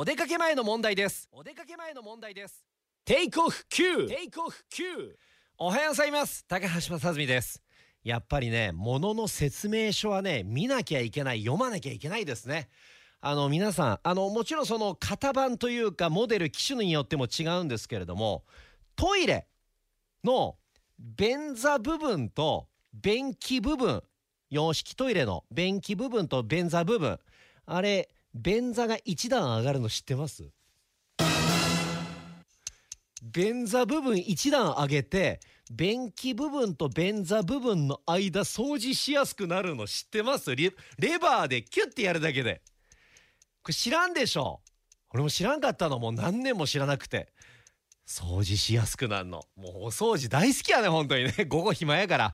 お出かけ前の問題です。テイクオフ Q。 おはようございます。高橋正純です。やっぱりね、ものの説明書はね、見なきゃいけない、読まなきゃいけないですね。皆さん、もちろんその型番というかモデル機種によっても違うんですけれども、トイレの便座部分と便器部分、洋式トイレの便器部分と便座部分、あれ便座が一段上がるの知ってます？便座部分一段上げて便器部分と便座部分の間掃除しやすくなるの知ってます？レバーでキュッてやるだけで。これ知らんでしょ？俺も知らんかったの。もう何年も知らなくて。掃除しやすくなるの。もうお掃除大好きやね、本当にね。午後暇やから